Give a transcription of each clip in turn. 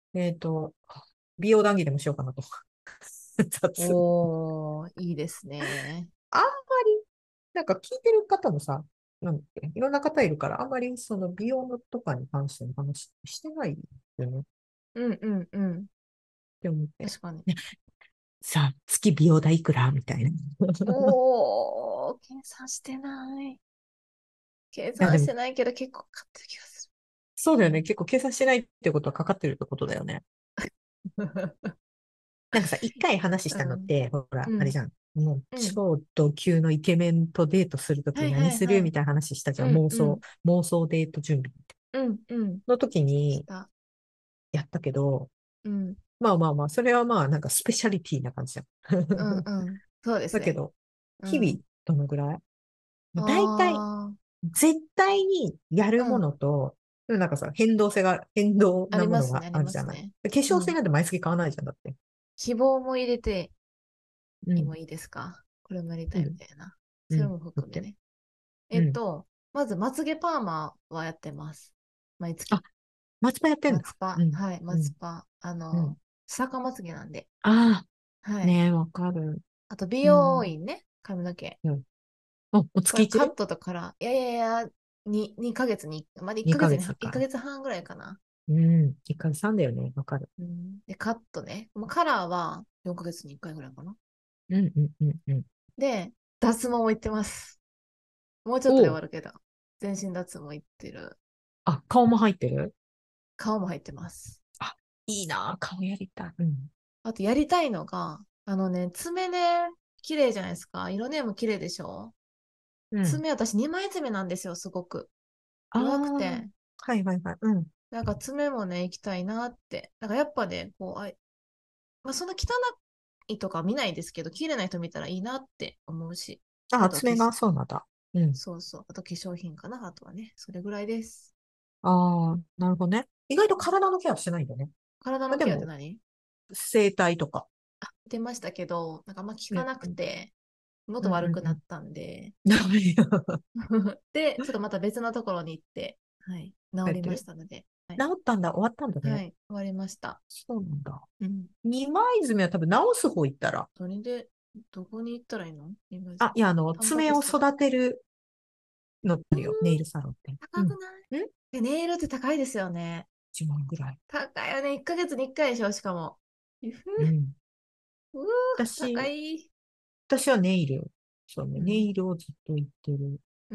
えっと、美容談義でもしようかなと。雑。 おー、いいですね。 あんまり、なんか聞いてる方もさ、なんだっけ、いろんな方いるから、あんまりその美容のとかに関しての話してないよねっうんうんうん。 て思って。 確かに。 ね、さあ、月美容代いくらみたいな。いおー、計算してない。計や、でも、 算してないけど結構かかってる気がすそうだよね。結構計算してないってことはかかってるってことだよね。 る。 なんかさ、一回話したのっうん。 て、ほら、 うん。 あれじゃん。もう、 うん。 超ド級のイケメンとデートするとはいき何はいはい。 するみたいな話したじゃん。 うんうん。 妄想デート準備うんうん。 の時にした。 やったけど、 うん。 まあまあまあ、それはまあ、なんかスペシャリティな感じじゃん。 うんうん。そうですね。 だけど、日々、 うん。 どのぐらい大体、 あ絶対にやるあ、うもん。 のと、でもなんかさ、変動あなものがりますね、ありあるじゃない。 ますね。 化粧水うん。 なんて毎月買わないじゃん、だって。 希望も入れてうん、 もいいですか？これもやりたいみうん、 たいな。 うん、 それもだって。 含めね。 うん。 まず、まつげパーマはやってます。毎あ、 月。 松葉やってんだ。 松パ。 うん、 はい、 うん、 松パ。 うん。 逆まつげなんで。 ああ、 はい。 ねえ、わかる。 あと、美うん、 容院ね。髪の毛。 うん。お月一でこれカットとから、いやいやいや、2ヶ月に、まだ1 ?2 ヶ月に、 ヶ月 1 か。 ヶ月半ぐらいかな。 うん、1ヶ月3だよね。わかる。 うん。で、カットね。もうカラーは4ヶ月に1回ぐらいかな。 うん、うん、うん、うん。 で、脱毛も行ってます。もうちょっとで終おう。 わるけど。全身脱毛行ってる。 あ、顔も入ってる？ 顔も入ってます。 あ、いいなあ、顔やりたい。うん。 あとやりたいのが、爪ね、綺麗じゃないですか。色ねも綺麗でしょ？ うん。 爪私2枚爪なんですよ、すごく。 あ弱くあ、 て。 はいはいはい。うん。 なんか爪もね、行きたいなって。なんかやっぱね、まあ、そんな汚いとか見ないですけど、綺麗な人見たらいいなって思うし。ああ、 と、 爪がそうなんだ。うん。 そうそう。あと化粧品かな。あとはね、それぐらいです。 ああ、なるほどね。意外と体のケアしてないんだね。 体のまあ、でも、 ケアって何？ 整体とか。 出ましたけど、なんかあんま効かね。 なくて、 うん喉うんうん。 悪くなったんで、 ダメよ。 で、ちょっとまた別のところに行って、はい、治りま帰ってる。 したので、はい、 治ったんだ。終わったんだね。 はい、終わりました。 そうなんだ。 うん。 二枚爪は多分治す方行ったら。 それで、どこに行ったらいいの今あ、いや、 タンパク質。 爪を育てるのってあるよ。ネイルサロンって。うん。 高くない？ ん？ ネイルって高いですよね。 1 万ぐらい。 高いよね。1ヶ月に1回でしょ、しかも。 うん。 うー、高私、 い。 私はネイル。そうね。ネうん。 イルをずっと行ってるうん。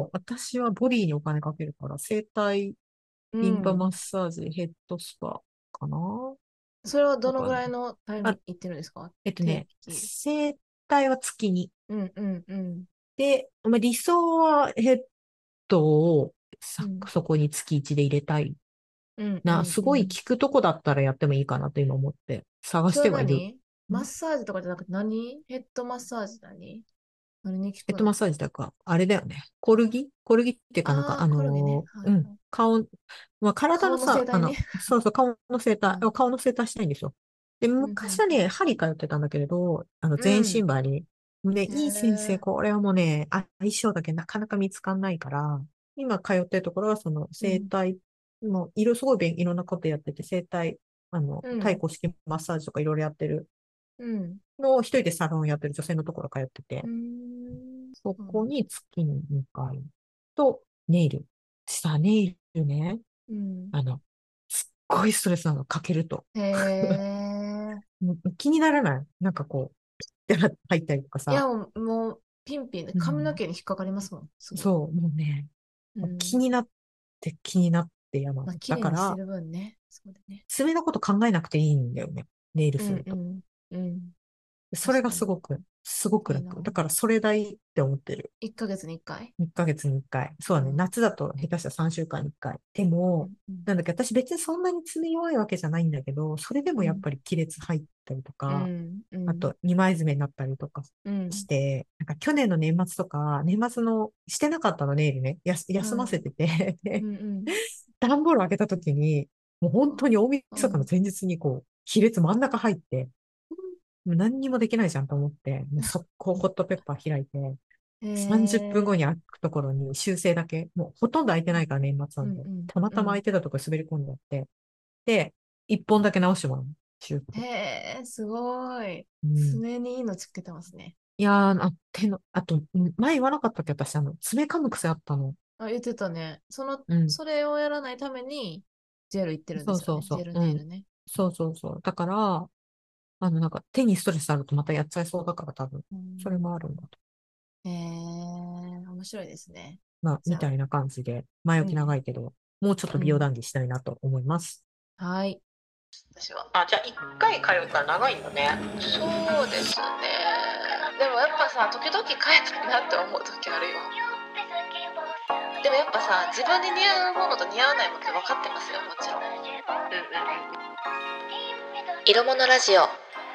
のと、私はボディにお金かけるから、整体、 うリンパマッん。 サージ、ヘッドスパかな。 それはどだから、 のぐらいのタイミンあ、 グ行ってるんですか？定期。 整体は月に。 うんうんうん。 で、まあ、理想はヘッドをうん。 そこに月1で入れたいうんうな。すごいんうん。 効くとこだったらやってもいいかなと今思って探それはしてはいる。 何？マッサージとかじゃなくてヘッドマッサージ何に効くの？ ヘッドマッサージだから、あれだよね。コルギっていうかなんか、 ああー、コルゲね。はいはい。 まあ、体顔のさ、 の整体ね。 そうそう、 うん。 顔の整体したいんですよ。で、 うんうん昔はね、針通ってたんだけれど、全うん。うん。 身針。ね、 へいい先生、 え。 これはもうね、相性だけなかなか見つかんないから、今通ってるところは、その、 うん。 整体、もう、すごいいろんなことやってて、整体、太うん。 鼓式マッサージとかいろいろやってるうん。 のを一人でサロンやってる女性のところ通ってうーて、 ん。 そそうなんだ。 こに月に2回と、ネイル。ネイルね、 うん。 すっごいストレスなの、かけると。 へえ。 もう気にならない。なんかこう、ピッて入ったりとかさ。 いや、もうピンピンでうん、 髪の毛に引っかかりますもん。すごい。 そう、もうね、 うん。 気になってやままあ、 ない。 綺だから、 麗にしてる分ね。そうだね。 爪のこと考えなくていいんだよね。ネイルうんすると。 うん。うん。 それが確かに。 すごくいいな。 楽。だからそれ代って思ってる。 1ヶ月に1回。 1ヶ月に1回。そうだね。 うん。 夏だと下手したら3週間に1回。でも、 うんうん。 なんだっけ、私別にそんなに爪弱いわけじゃないんだけど、それでもやっぱり亀裂入ったりとうか、 ん。うん。 あと二枚爪になったりとかうん。 して、なんか去年の年末とか、年末のしてなかったのネイルね、休ませはい。 てて、でうんうん。 段ボール開けた時に、もう本当に大晦日のうん。 前日にこう、亀裂真ん中入って、もう何にもできないじゃんと思って、もう速攻ホットペッパー開いて、 へ 30分後にえ。 開くところに修正だけ、もうほとんど開いてうんないから年末なんで、 うんたまうん。 たま開いてたところ滑り込んじゃって、で、 一本だけ直してもらうの。シュッと。 へえ、すごい。 うん。 爪に命つけてますね。 いやー、あと、前言わなかったっけ私、爪噛む癖あったの。 あ、言ってたね。 うん。 それをやらないために、ジェルいってるんでそうすよね。ジェそうそう。うん。 ルネイルね。 そうそうそう。だから、なんか手にストレスあるとまたやっちゃいそうだから多分、 うそれん。 もあるんだと。 へえ、面白いですね。 まあ、 じゃあ、 みたいな感じで、前置き長うん、 いけど、もうちょっと美容うん。 談義したいなと思います。 はい。 私は。あ、じゃあ一回通ったら長いんだね。 そうですね。でもやっぱさ、時々変えたいなって思う時あるよ。でもやっぱさ、自分に似合うものと似合わないものって分かってますよ、もちろん。うんうんうん。色物ラジオ。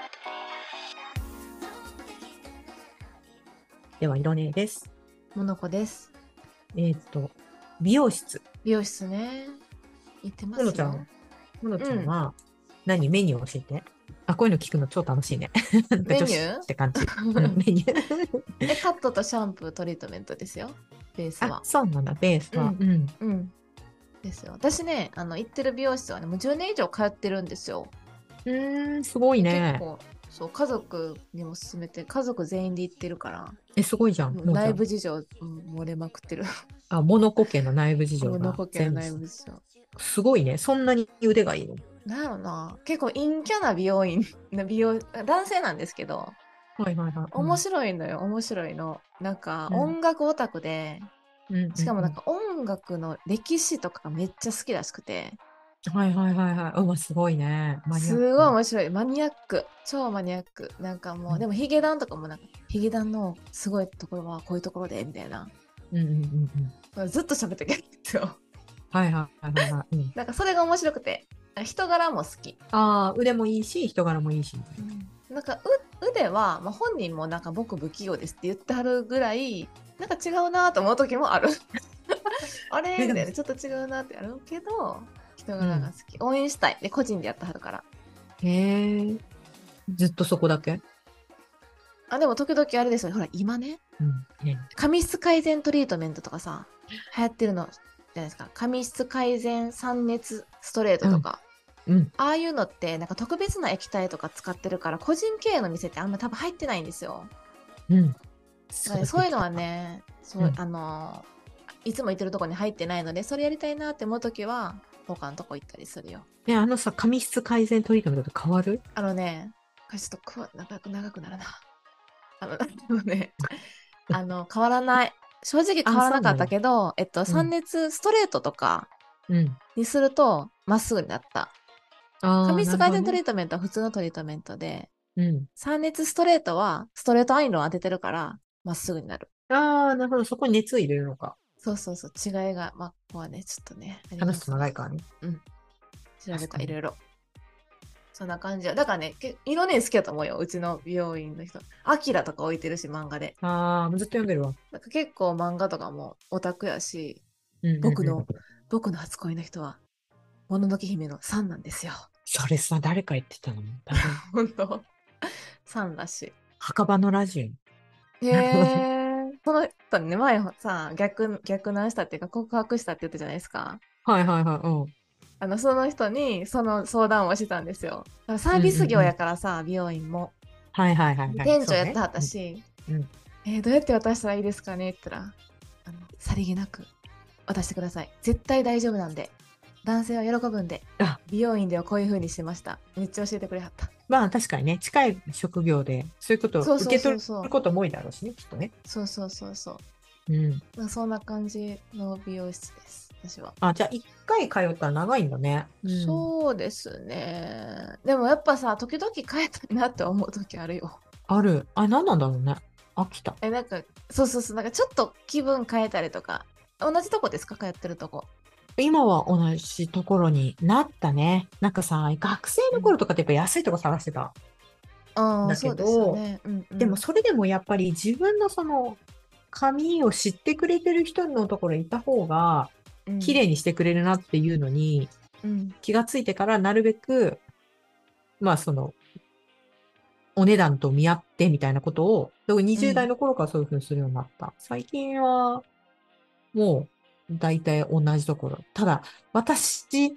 では、色ねです。 モノコです。 えっと、美容室。 美容室ね。行ってまほのちゃん、 すよ。 ほのちうん。 ゃんは、何メニュー教えて。あ、こういうの聞くの超楽しいね。なんか女子メニュって感じ。うん、 ーメニュー。 カットとシャンプー、トリートメントですよ。ベースあ、 は。 そうなんだ、ベースは。 うん。 うん。 うん。ですよ。私ね、行ってる美容室はね、もう10年以上通ってるんですよ。 すごいで、結ね。 構、そう、家族にも勧めて、家族全員で行ってるから、 え、すごいじゃん。 もうもうじゃ内部事情、漏れまくってる。 あ、モノコ家の内部事情もうが残家の全部内部事情。 すごいね。そんなに腕がいいの。 なんやろな、結構陰キャな美容院、男性なんですけど、 はいはいはい。う面ん。 白いのよ、面白いの。なんか、 うん。 音楽オタクで、 うん。うん。うん。 しかもなんか音楽の歴史とかがめっちゃ好きらしくて、 はいはいはいはい。すごいね。マニアッすごいク。 面白い。マニアック。超マニアック。なんかもう、 うん。 でもヒゲダンとかもなんか、ヒゲダンのすごいところはこういうところで、みたいな。 うんうんうんうん。 ずっと喋ってくるんですよ。 はいはいはいはいはい。うん。 なんかそれが面白くて、人柄も好き。 ああ、腕もいいし、人柄もいいし、みたいなんか腕は、まあ、本人もなんか僕不器用ですって言ってはるぐらい、なんか違うなと思う時もある。あな。でも、 れみたいな、ちょっと違うなってあるけど、人うん。 柄が好き。応援したい。で、個人でやってはるから。 へえ。ずっとそこだけ。 あ、でも時々あれですよ。ほら、今ね、 うん。ね。 髪質改善トリートメントとかさ、流行ってるのじゃないですか。髪質改善散熱ストレートうん。 とか。 うん。 ああいうのってなんか特別な液体とか使ってるから個人経営の店ってあんま多分入ってないんですよ。 うん。 だからね、 そうってそういうのは言ってた。 ね、そう、 うん。 いつも行ってるとこに入ってないので、それやりたいなって思うときは、他のとこ行ったりするよ。 ね、さ、髪質改善トリートメントと変わる？ あのね、これちょっと長くなるな。あの、あのね、変わらない。正直変あ、 わらなかったそうなんだ。 けど、散うん。 熱ストレートとかうん。 にすると、まっすぐになった。 ああ、 髪質改善トなるほどね。 リートメントは普通のトリートメントで、 うん。 散熱ストレートはストレートアイロン当ててるから、まっすぐになる。 ああ、なるほど。そこに熱入れるのか。 そうそうそう、違いが、まあ、ここはね、ちょっとね、あり話すとますわ。 長いからね。 うん、調べた、 確かに。 いろいろ。そんな感じよ。だからね、色ね好きだと思うよ、うちの美容院の人。アキラとか置いてるし、漫画で。 ああ、ずっと読んでるわ。 なんか結構漫画とかもオタクやし、 うんうん僕の、 うん。 僕の初恋の人は、もののけ姫のサンなんですよ。 それさ、誰か言ってたの？誰？ 本当サンらし墓場のラジい。へオ。なるほど。 え。その人にね、前さ、逆難したっていうか告白したって言ったじゃないですか。 はいはいはい。うん。 その人にその相談をしてたんですよ。だからサーうんビス業やうんうん。 からさ、美容院も。 はいはいはいはい。そうね。 店長やってはったし、 うん。うん。 どうやって渡したらいいですかねって言ったら、さりげなく渡してください。絶対大丈夫なんで。男性は喜ぶんで。 あ、 美容院ではこういう風にしました。めっちゃ教えてくれはった。 まあ確かにね、近い職業で、そういうことをそうそう受け取そうそう。 ることも多いだろうしね、きっとね。 そうそうそうそう。 うん。 まあそんな感じの美容室です。私は。 あ、じゃあ一回通ったら長いんだね。うん。 そうですね。でもやっぱさ、時々変えたいなって思う時あるよ。 ある。あ、何なんだろうね。飽きた。 なんか、そうそうそう、なんかちょっと気分変えたりとか。同じとこですか通ってるとこ。 今は同じところになったね。なんかさ、学生のうん。 頃とかってやっぱ安いとこ探してた。 ああ、 だけそうですよど、 ね。うんうでもん。 それでもやっぱり自分のその髪を知ってくれてる人のところにいた方がうん。 綺麗にしてくれるなっていうのにうん。 気がついてからなるべく、まあそのお値段と見合ってみたいなことを、20代うん。 の頃からそういうふうにするようになった。最近はもう大体同じところ。ただ、私、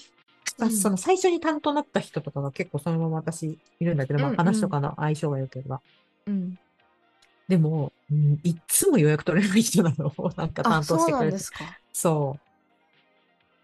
その最初に担当になった人とかが結構そのまま私いるんだけど、まあ話とかの相性が良ければ。 うん。 でも、いっつも予約取れない人なの。なんかあ、 担当そうなんしてくれて。 ですか。 そう。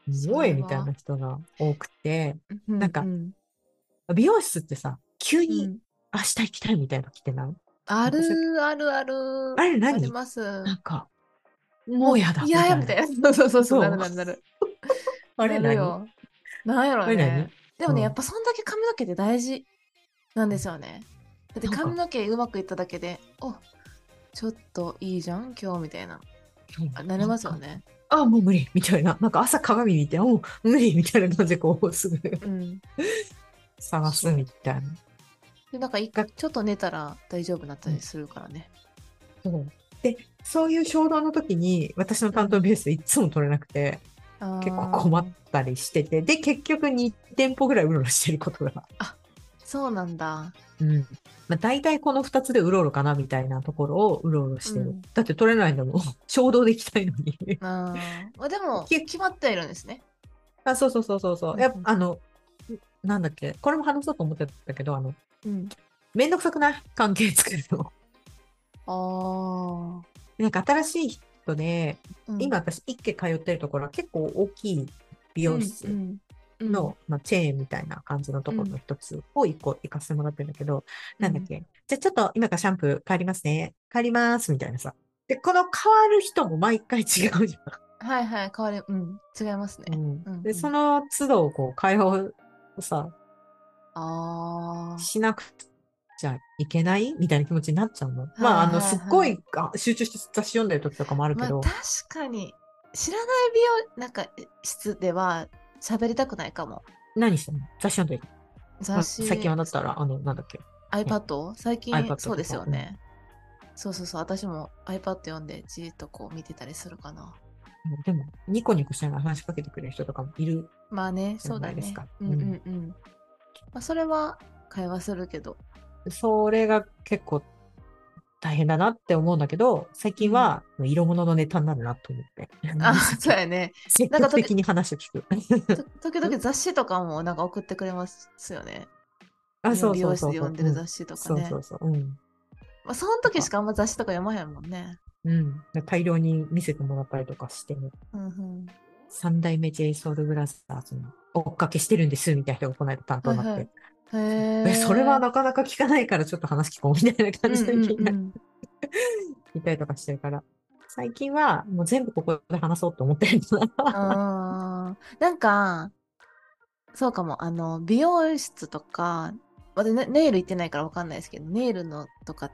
すそごいれは。 みたいな人が多くて、 うん、 なんか、 うん。 美容室ってさ、急にうん。 明日行きたいみたいなの来てない？ あなんかそれ、 る、ある、ある。 あれ何？ あります。 なんか、ももう、 うやだ、 いやいや、 みたいな。 みたいな。そうそうそう、なそう。 るなるなる。 あれ何？ なるよ。なんやろあれ何？ ね。でもね、やっうん。 ぱそんだけ髪の毛って大事なんですよね。だってなんか、 髪の毛うまくいっただけで、お、ちょっといいじゃん、今日みたいな。 そうあ、なりなんか、 ますよね。 あ、もう無理、みたいな。なんか朝鏡見て、もう無理、みたいな感じでこう、すぐうん。 探すそう。 みたいな。 で、なんかが、 ちょっと寝たら大丈夫になったうん、 りするからね。 そう。で、そういう衝動の時に、私の担当うん。 ベースいつも取れなくて、結構困っあたりしてて、で、結局2店舗ぐらいうろうろしてることが。 あ。あ、そうなんだ。 うん。まあ、大体この2つでうろうろかなみたいなところをうろうろしてる。 うん。 だって取れないんだもん。衝動で行きたいのに。 ああ。まあ、でも、 き決まってはいるんですね。 あ、そうそうそうそうそう。 うんうん。 なんだっけ、これも話そうと思ってたけど、 うん。 めんどくさくない？関係作るの。 ああ。 なんか新しい人で、 うん。 今私一軒通ってるところは結構大きい美うん。う容室ん。うん。 の、まあ、チェーンみたいな感じのところのうん。 一つを一個行かせてもらってるんだけど、 うん。 なんだっけ。じゃあちょっと今からシャンプー帰りますね。帰りますみたいなさ。で、この変わる人も毎回違うじゃはいはい。変わり、うん。違いますん。うね。 ん。で、そうんうん。 の都度こう会話をさ、 あしなくちゃいけないみたいな気持ちになっちゃうの。 あ。はいすっごはいはい。 い集中して雑誌読んでる時とかもあるけまあ確ど、 かに、知らない美容、なんか、室では喋りたくないかも。 何してんの？雑誌読んでる？まあ、最近雑誌、 はだったら、なんだっけ、ね、 iPad? 最近 iPad そうですとか、うん。 よね。そうそうそう。私も iPad 読んでじーっとこう見てたりするかな。 でも、ニコニコしながら話しかけてくれる人とかもいるまあね、 じゃそうだね。 ないですか。 うんううん。 んうん。まあそれは会話するけど。 それが結構大変だなって思うんだけど、最うん。 近は色物のネタになるなと思って、 あ、 積極そうやね。 積なんか極的に話を聞く。 時々雑誌とかもなんか送ってくれますよね。 あ、 今そう美容室でそうそうそう。うん。 読んでる雑誌とかね。 そうそうそう。うん。 まあそのとか、 時しかあんま雑誌とか読まへんもんね。 うん。大量に見せてもらったりとかして、 うんうん。 三代目 JSOULBROTHERS の追っかけしてるんです、みたいな人がこの間担当になって。 はいはい。へそれはえ。 なかなか聞かないからちょっと話聞こうみたいな感じうんで聞いたり、 うんうん。 聞いたりとかしてるから。最近はもう全部ここで話そうと思ってるんだな。 ああ、なんか、そうかも。美容室とか、私ネイル行ってないからわかんないですけど、ネイルのとかって、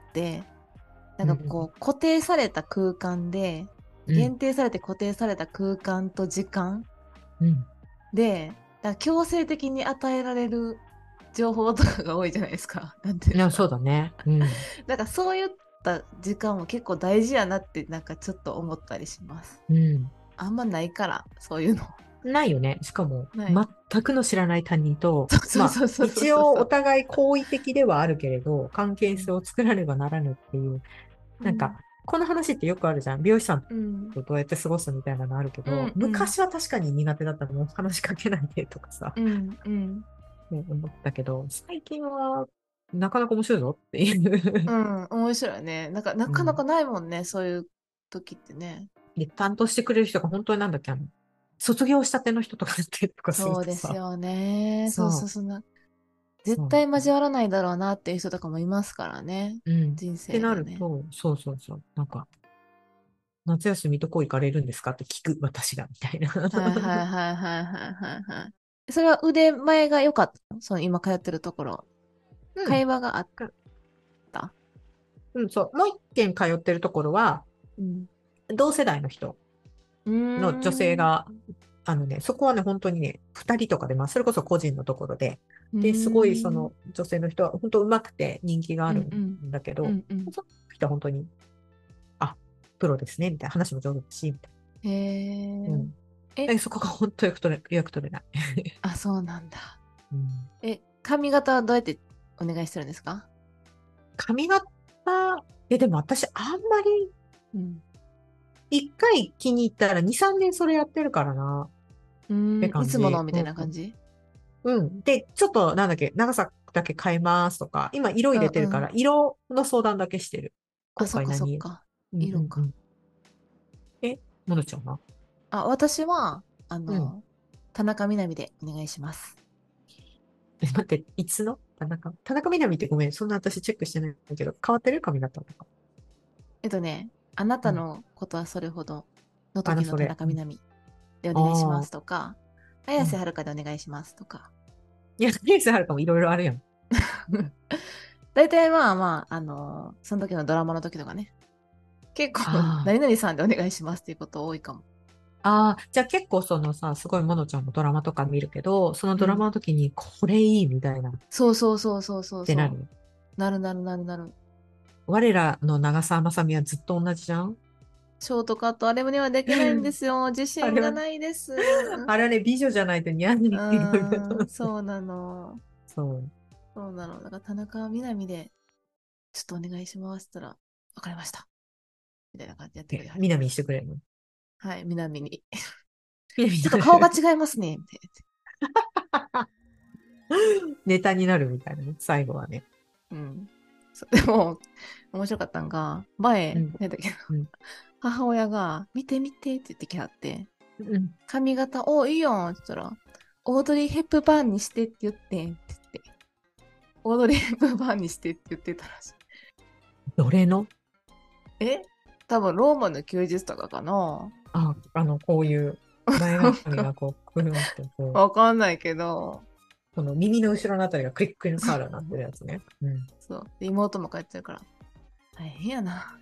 なんかうんこう、固定された空間で、 うん。 限定されて固定された空間と時間うん。 で、なんか強制的に与えられる情報とかが多いじゃないですか。なんていうんですか。 そうだね。うん。 なんかそういった時間も結構大事やなって、なんかちょっと思ったりします。 うん。 あんまないから、そういうの。 ないよね。しかも、 ない。 全くの知らない他人と、 そうそうそうそう一そうそう。 応お互い好意的ではあるけれど、関係性うん。 を作らねばならぬっていう、なんか、 うん。 この話ってよくあるじゃん。美容師さんうん。 とどうやって過ごすみたいなのあるけど、 うんうん。 昔は確かに苦手だったのも話しかけないでとかさ、 うんうん。 ね、思ったけど、最近はなかなか面白いぞっていううん。面白いね。なんか、なうん。 かなかないもんね。そういう時ってね。 で、担当してくれる人が本当になんだっけ、卒業したての人とかだったりとかするそうとさ、 ですよね。そうそう、 そうそうな。絶そう。 対交わらないだろうなっていう人とかもいますからね。 うん。っ人てな生でね。 ると、そうそうそう。なんか、夏休みどこ行かれるんですかって聞く私が、みたいな。 はいはいはいはいはいはいはい。それは腕前が良かったの？その今通ってるところ。 うん。 会話があった？ うん、そう。もう一軒通ってるところは、 うん。 同世代の人うーの女性ん。 が、そこはね、本当にね、二人とかで、それこそ個人のところで、 うーで、すごいそん。 の女性の人は本当上手くて人気があるうんうん。 んだけど、 うんうん。 その人は本当に、あ、プロですね、みたいな話も上手だし、みたいへな。うえ。 ん。 え、 そこが本当予約取れない。 あ、そうなんだ。 うん、 髪型はどうやってお願いしてるんですか？ 髪型、でも私あんまり、 うん。 一回気に入ったら2、3年それやってるからな、 うってーん、い感じ。 つものみたいうん。 な感じ？ うん。で、ちょっと、なんだっけ、長さだけ変えますとか、今色入うんれてるから、 うん。 色の相談だけしてる。 あ、 今そっかそっ回何色？ か。 うんう色か。 んうん。ものちゃんは？ あ、私は、 うん。 田中みな実でお願いします。 待って、いつの田中みな実ってごめん、そんな私チェックしてないんだけど、変わってる髪型とか。 あなうん。 たのことはそれほどの時の田それ。うん。 中みな実でお願いしまああ。 すとか、 うん。 綾瀬はるかでお願いしますとか。 いや、レースはるかもいろいろあるやん。 大体まあまあ、その時のドラマの時とかね、結構、 あ何々さんでお願いしますっていうこと多いかも。 あ。ああ、じゃあ結構そのさ、すごいものちゃんもドラマとか見るけど、そのドラうん。 マの時にこれいいみたいなっそうそうそうそうそうそてなる。 う。なるなるなるなる。 我らの長澤まさみはずっと同じじゃん。 ショートカット、あれにはできないんですよ。自あれは、 信がないです。うあれはね、美女じゃないと似合わないっていうのだとーん、 思って。 そうなの。 そう。 そうなの。だから田中みな実で、ちょっとお願いしますって言ったら、わかりました。みたいな感じでやってくれはり南にます。 してくれるの？ はい、南に。 南にちょっと顔がなる。 違いますね。みたいネタになるみたいなね、最後はね。 な。うん。でも、面白かったんが、前、 うん。 なんだっけど、 うん。 母親が、見て見てって言ってきはって、 うん。 髪型、お、いいよって言ったら、オードリー・ヘップバーンにしてって言ってって言って、オードリー・ヘップバーンにしてって言ってたらしい。 どれの？ え多分、ローマの休日とかかな。 こういう前髪がこう、くるんってこう、 わかんないけど、 この耳の後ろのあたりがクリックリのカールになってるやつね。うん。 そう。で妹も帰ってるから、大変やな。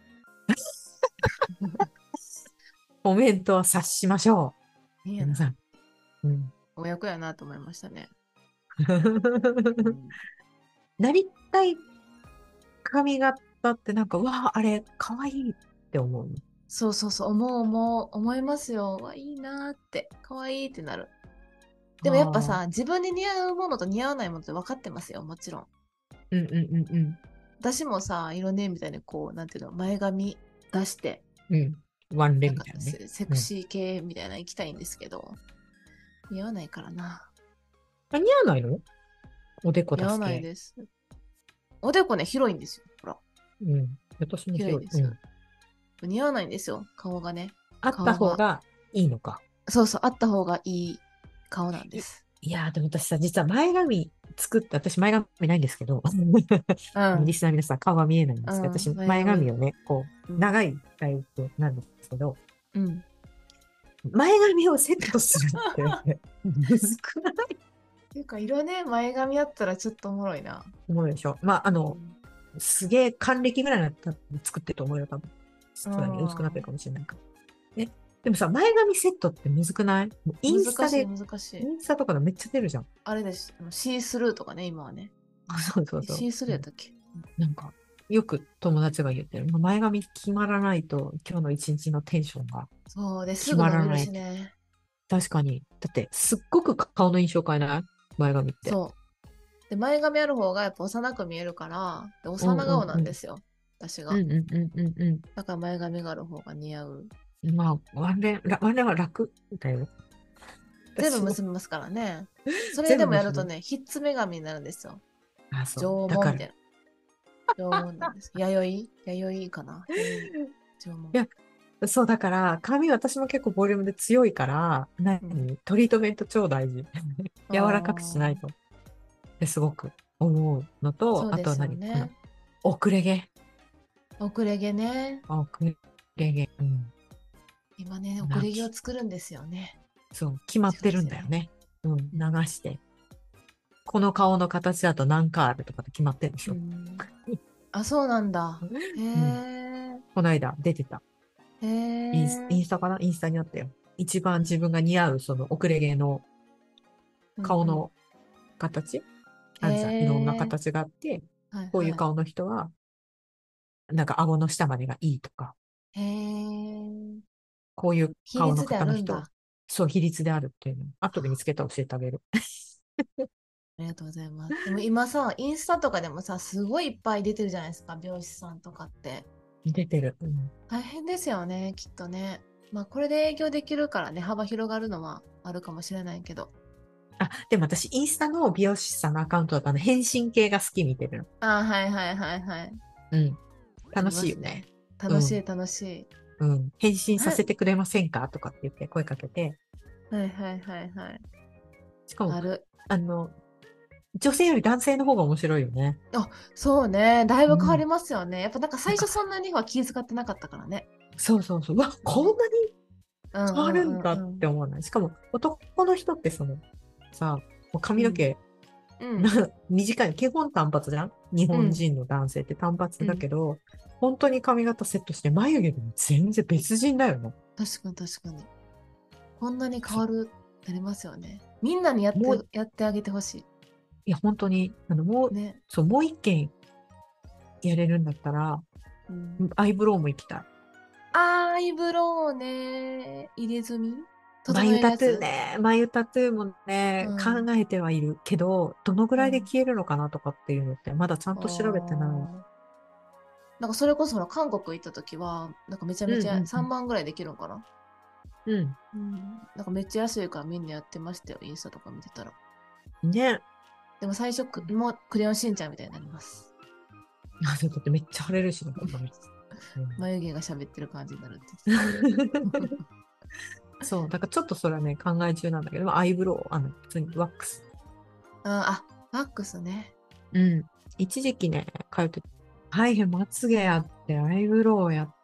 コメントは察しましょ大変う。 やな。 皆さん。うん。 親役やなと思いましたね。うん、 なりたい髪型ってなんか、うわあ、あれ、かわいいって思うの。 そうそうそう、思いますよ。わ、いいなーって。かわいいってなる。でもやっぱああ、 さ、自分に似合うものと似合わないものって分かってますよ、もちろん。 うんうんうん私もさ、色ねみたいにこう、なんていうの、前髪出して、 うん。うん。ワンレなんかみたいなね。 セクうん。 シー系みたいな行きたいんですけど、似合わないからな。 あ、似合わないの？おでこ似合わ出す系。 ないです。おでこね、広いんですよ。ほら、 うん。私も広い。 広いんですよ。 うん。 似合わないんですよ、顔がね。 あった顔が。 方がいいのか。 そうそう、あった方がいい顔なんでい、 す。 いやー、でも私さ、実は前髪作って、私前髪ないんですけど、 うん、 リスナーの皆さん顔が見えないんですけど、 うん、 私前髪。 前髪をね、こう、 うん、 長いタイプなんですけど、 うん。 前髪をセットするってむずくない？ ていうか、色ね、前髪あったらちょっとおもろいな。 思うでしょ。まあ、 うん。 すげえ還暦ぐらいになったら作ってると思うよ、多分。 うさすがに薄くなってるん。 かもしれないから。でもさ、前髪セットってむずくない？もうインス難しい、 タで、 難しい。 インスタとかでめっちゃ出るじゃん。 あれです。シースルーとかね、今はね。 あ、そうそうそう。 シースルーうん。 やったっけ？ なんか、よく友達が言ってる。まあ前髪決まらないと、今日の一日のテンションがそうで、す決ぐ伸びるまらないって。 しね。 確かに。だって、すっごく顔の印象変えない？前髪って。 そう。で、前髪ある方がやっぱ幼く見えるから、でうん幼顔うんうん。 なんですよ。私が。 うんうんうんうんうだから前髪がある方が似合う。 ん。まあ、ワンレンは楽だよ。 全部私も結びますからね。それで全部結ぶ。 もやるとね、ひっつめ髪になるんですよ。 あ、そう。 縄だから。い文みたいな。縄文なんです。弥生かな弥生。縄文。 や、そう、だから、髪私も結構ボリュームで強いから、 うん。 トリートメント超大事。 あ柔らかくしないと。 あ、 すごく思うのと、 そうですよあとはこの、 ね。 遅れ毛。 遅れ毛ね。 遅れ毛。うん。 今ね、遅れ毛をなき。 作るんですよね。 そう、決まってるん違うんですよね。 だよね。うん、流うん。 して。この顔の形だと何カールとかって決まってるでしうょ。 ん、あ、そうなんだ。へうん。 え。 この間出てた。 へイえ。 ンスタかな？インスタにあったよ。一番自分が似合うその遅れ毛のうんうん。 顔の形へあるじゃん。いろんなえ。 形があって、 はいはい。 こういう顔の人は、なんか顎の下までがいいとか、 へえ。 こういう顔の比率であ方の人、 るんだ。 そう比率であるっていうの。後で見つけたら教えてあげる。 ありがとうございます。でも今さ、インスタとかでもさ、すごいいっぱい出てるじゃないですか、美容師さんとかって。 出てる。うん。 大変ですよね、きっとね。まあ、これで営業できるからね、幅広がるのはあるかもしれないけど。 あ、でも私、インスタの美容師さんのアカウントだと、変身系が好き見てるの。 ああ、はいはいはいはい。 うん。 あり楽ますね。 しいよね。う楽しいん。 楽しい。 うん。変身さはせてくれませんかとかって言って声かけて。 いはいはいはい。 しかも、 ある。 あの、女性より男性の方が面白いよね。 あ、そうね。だいうん。 ぶ変わりますよね。やっぱなんかなんか、 最初そんなには気遣ってなかったからね。 そうそうそう。うわ、こんなにうんう変わるんだっんうんうん。 て思わない。しかも、男の人ってさ、もう髪うんの毛、な、 うん短い。基本単発じゃん日うん本人の男性って単発うん。 だけど、本当に髪型セットして眉毛でも全然別人だよね。 確かに確かに。こんなに変そうわる、なりますよね。みんなにもう、 やってあげてほしいや、本当に、 い。ね。 そう、もう一件やれるんだったら、 うん、 アイブロウも行きたい。 アイブロウね。入れ墨整眉タえるやつ。 トゥーね、眉タトゥーもね、考うん。 えてはいるけど、どのぐらいでうん。 消えるのかなとかっていうのって、まだちゃんあと調べてない。 ーなんかそれこそほら韓国行った時は、なんかめちゃうんめちゃ3 うんうん。 万ぐらいできるんかな。 うん。 うん。なんかめっちゃ安いからみんなやってましたよ、インスタとか見てたら。 ね。 でも最初もうクレヨンしんちゃんみたいになります。 あ、そうだってめっちゃ腫れるしね、こんなの。うん眉毛が喋ってる感じになるって言ってそう、だからちょっとそれはね、考え中なんだけど、まあアイブロウ、普通にワックス。 た。ワックスね。 うん。一時期ね、通って、はい、まつげやって、アイブロウやって、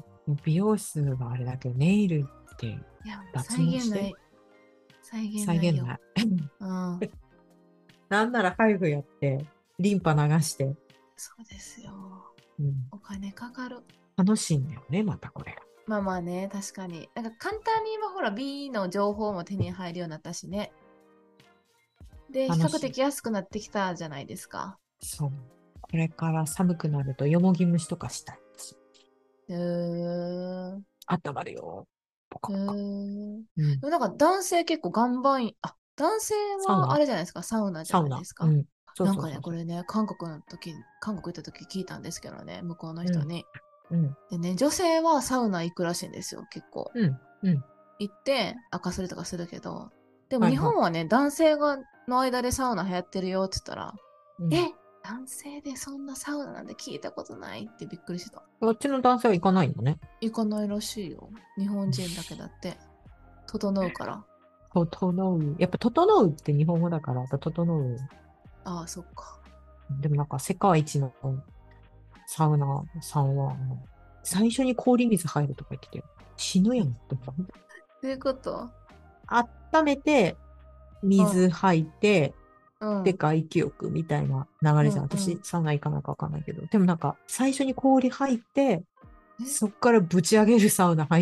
美容室があれだけど、ネイルっていや、 脱再毛して、 現ない。再現ないよ。 再現ない。 うん。 なんならハイフやって、リンパ流して、 そうですよ。 うん、 お金かかる。 楽しいんだよね、またこれが。 まあまあね、確かに。なんか簡単に今ほら B の情報も手に入るようになったしね。で、比楽しい。 較的安くなってきたじゃないですか。 そう。これから寒くなると、よもぎ虫とかしたいし。 うーん。 あったまるよ。ポカうーポカ。 ん。でうん。 もなんか男性結構岩盤院、男性はあサウナれじゃないですか、サウナじゃサウナ。 ないですか。 うん。そうなんかね、 そうそうそこれね、韓国行った時聞いたんですけどね、向こうのう。うん。 人に。 うん。 でね、女性はサウナ行くらしいんですよ、結構。 うん。うん。 行って赤すりとかするけど、でもはいは日本はね、男性の間でサウナ流行ってるよって言ったら、 い。うん。 え、男性でそんなサウナなんて聞いたことないってびっくりした。 こっちの男性は行かないのね。 行かないらしいよ。日本人だけだって。整うから。 整う。やっぱ整うって日本語だから、やっぱ整う。 ああ、そっか。 でもなんか世界一のサウナさんは、最初に氷水入るとか言ってて、死ぬやんって思った。 どういうこと温めて、 うん、 水入って、 うん、 で外気浴みたいな流れじゃん。 うん、う私、 ん。 サウナ行かないかわかんないけど。でもなんか、最初に氷入って、 えそっからぶち上げるサウナ入って、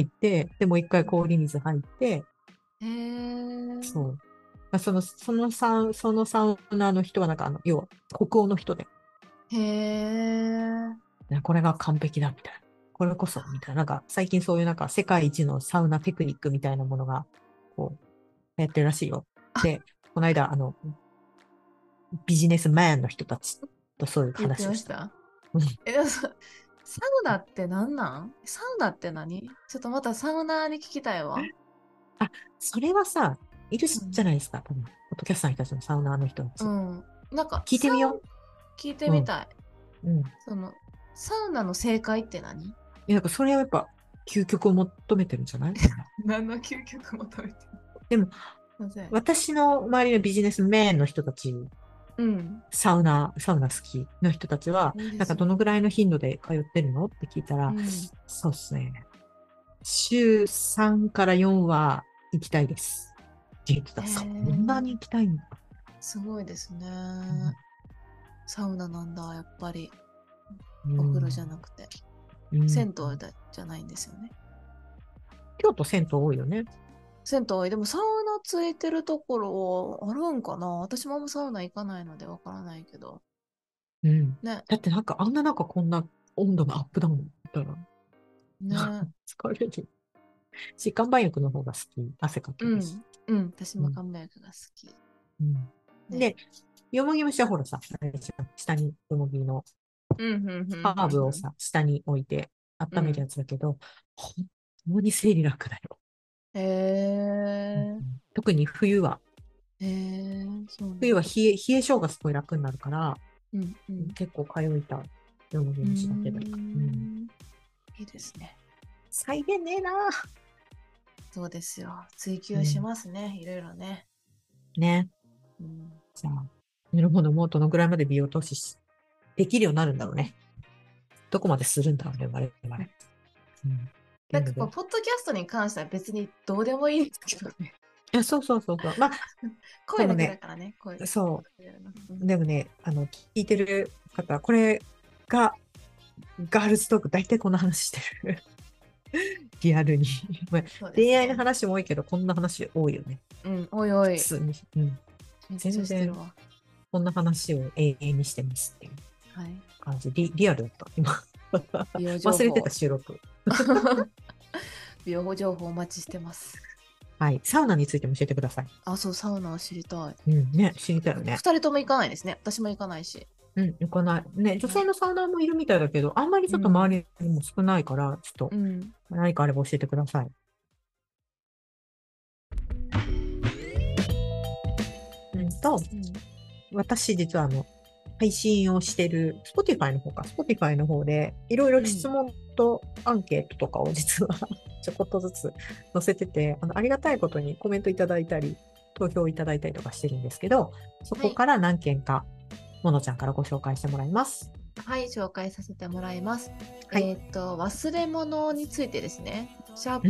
でもう一回氷水入って、 へえ。 そう。そのサウナの人はなんか要は、北欧の人で、 へえ。 これが完璧だみたいな。これこそ、みたいな。なんか、最近そういうなんか、世界一のサウナテクニックみたいなものが、こう、やってるらしいよ。 あ、 で、この間、ビジネスマンの人たちとそういう言って話をした。 ました。 うんサウナって何なんサウナって何ちょっとまたサウナーに聞きたいわ。 あ、それはさ、いるうん。 じゃないですか、多分。ポッドキャスターの人たちのサウナーの人たち。 うん。なんか、 聞いてみよ聞いてう。うん。 みたい。 うん。 その、サウナの正解って何なんかそれはやっぱ、究極を求めてるんじゃないみんな。 何の究極求めてるでも、 なぜ私の周りのビジネスメンの人たち、 うん。 サウナ好きの人たちは、 いいでなんかすよね。 どのぐらいの頻度で通ってるのって聞いたら、 うん。 そうですね。週3から4は行きたいです。って言ってた。 へそんなにえ、 行きたいんだ。 すごいですね。 うんサウナなんだ、やっぱり。 うお風呂じゃん。 なくて。 うん。 じゃないんですよね。 京都銭湯多いよね。 銭湯多い。でもサウナついてるところあるんかな私もあんまサウナ行かないのでわからないけど。 うん。 ね。 だってなんかあんな中こんな温度のアップダウンだったらね。 疲れる。し、岩盤浴の方が好き。汗かけるし。 うん。うん。私うん。 も神戸役が好き。 うん。 ね。 で、よもぎ虫はほらさ、あれじゃん下によもぎのうん、うん、うん、 ハーブうん、 をさ、下に置いてうん。うん。 温めるやつだけど、本当に生理楽だよ。 へうんえ。 特に冬は。 そうなんだ。 冬は冷え性がすごい楽になるから、 うんうん。 結構通いたよもぎ虫だけど。 いいですね。 再現ねえな。 そうですよ。追求しますね。いろいろね。 ね。じゃあ、なるほど。もうどのぐらいまで美容投資できるようになるんだろうね。どこまでするんだろうね、我々。っていうので。 なんかこう、ポッドキャストに関しては別にどうでもいいんですけどね。 そうそうそうそう。まあ、で声だけだもね、 からね、声。 そう。でもね、聞いてる方、これが、ガールズトーク、大体こんな話してる。リアルに。まあそうです恋愛のね。 話も多いけど、こんな話多いよね。 おいおい。 普通に。 めっち全然、 ゃしてるわ。 こんな話を永遠にしてますっていうはい。 感じ。リアルだった、今。 美容情忘れてた報。 収録。 美容情報お待ちしてます。 はい。サウナについても教えてください。 そう、サウナを知りたい。 ね、知りたいよね。 二人とも行かないですね。私も行かないし。 行かない。ね、女性のサウナーもいるみたいだけど、あんまりちょっと周りにも少ないから、ちょっと何かあれば教えてください。私実は配信をしてる Spotify の方か、Spotify の方で、いろいろ質問とアンケートとかを実はちょこっとずつ載せてて、ありがたいことにコメントいただいたり、投票いただいたりとかしてるんですけど、そこから何件か、ものちゃんからご紹介してもらいます。 はい、紹介させてもらいます。 はい、 忘れ物についてですね。シャープ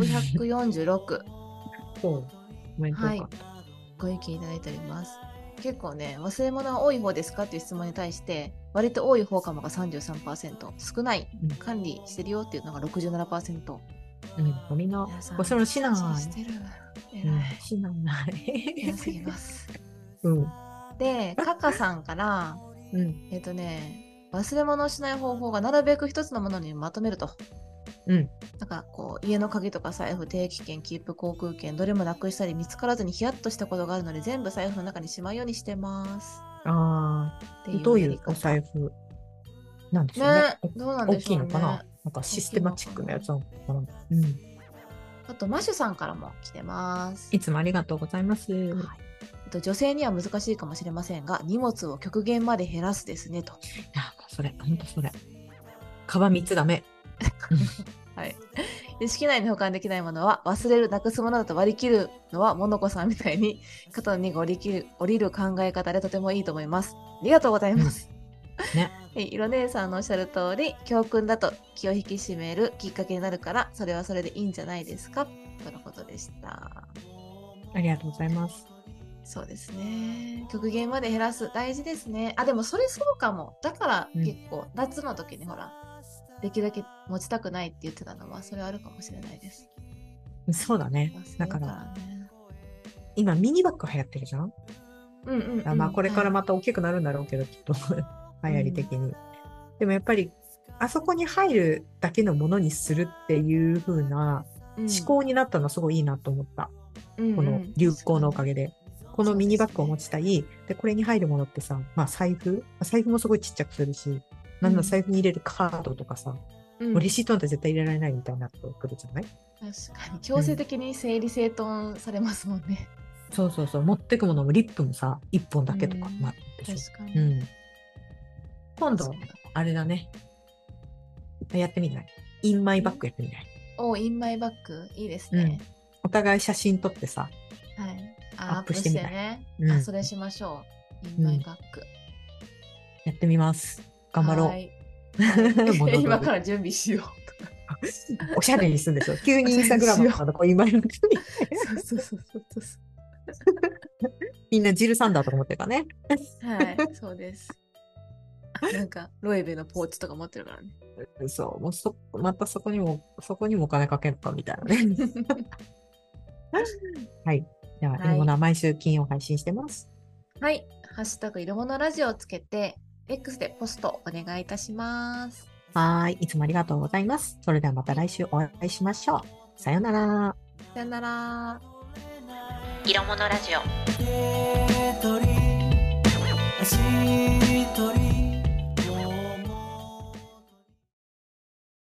146。 そう、コメントはい、 よかった。 ご意見いただいております。結構ね、忘れ物は多い方ですかっていう質問に対して、割と多い方かもが 33%、少ない、管理してるよっていうのが 67%。 みんな、 皆さん、 忘れ物しない。 してる。 しない。 偉すぎます。 うん。 で、カカさんから、忘れ物をしない方法がなるべく一つのものにまとめると。なんかこう家の鍵とか財布、定期券、切符、航空券、どれもなくしたり見つからずにヒヤッとしたことがあるので全部財布の中にしまうようにしてます。 どういうお財布なんでしょうね。 どうなん大でしょうね。 きいのかな、なんかシステマチックなやつなのかな。 あとマシュさんからも来てます。 いつもありがとうございます。 女性には難しいかもしれませんが、荷物を極限まで減らすですねと。 それ、ほんとそれ。カバン3つダメ。 はい。意識内に保管できないものは忘れる、なくすものだと割り切るのはモノコさんみたいに肩の荷が降りる考え方でとてもいいと思います。ありがとうございます。 ね。 色姉さんのおっしゃる通り、教訓だと気を引き締めるきっかけになるから、それはそれでいいんじゃないですかとのことでした。 ありがとうございます。 そうですね。極限まで減らす。大事ですね。でもそれそうかも。だから結構、夏の時にほら、できるだけ持ちたくないって言ってたのは、それあるかもしれないです。 そうだね。だから、今ミニバッグ流行ってるじゃん。まあこれからまた大きくなるんだろうけど、きっと流行り的に。でもやっぱり、あそこに入るだけのものにするっていう風な思考になったのはすごいいいなと思った。この流行のおかげで。このミニバッグを持ちたい。で、これに入るものってさ、まあ財布もすごいちっちゃくするし、なんだ財布に入れるカードとかさ、レシートなんて絶対入れられないみたいになってくるじゃない？ 確かに。強制的に整理整頓されますもんね。 そうそうそう。持ってくものもリップもさ、1本だけとかなるでしょ。 確かに。 今度、あれだね。やってみない？インマイバッグやってみない？ インマイバッグいいですね。 お互い写真撮ってさ、アップしてみたいね。それしましょう。インマイバッグ。 やってみます。頑張ろう。 今から準備しよう。 おしゃれにするんでしょ。急にインスタグラムのインマイバッグに。 そう。 みんなジルサンダーとか持ってるからね。 はい、そうです。なんか、ロエベのポーチとか持ってるからね。 そう、またそこにもお金かけるかみたいなね。はい。では、色物は毎週金曜配信してます。 はい。ハッシュタグ色物ラジオをつけて、X でポストお願いいたします。 はい。いつもありがとうございます。それではまた来週お会いしましょう。さよなら。 さよなら。 色物ラジオ。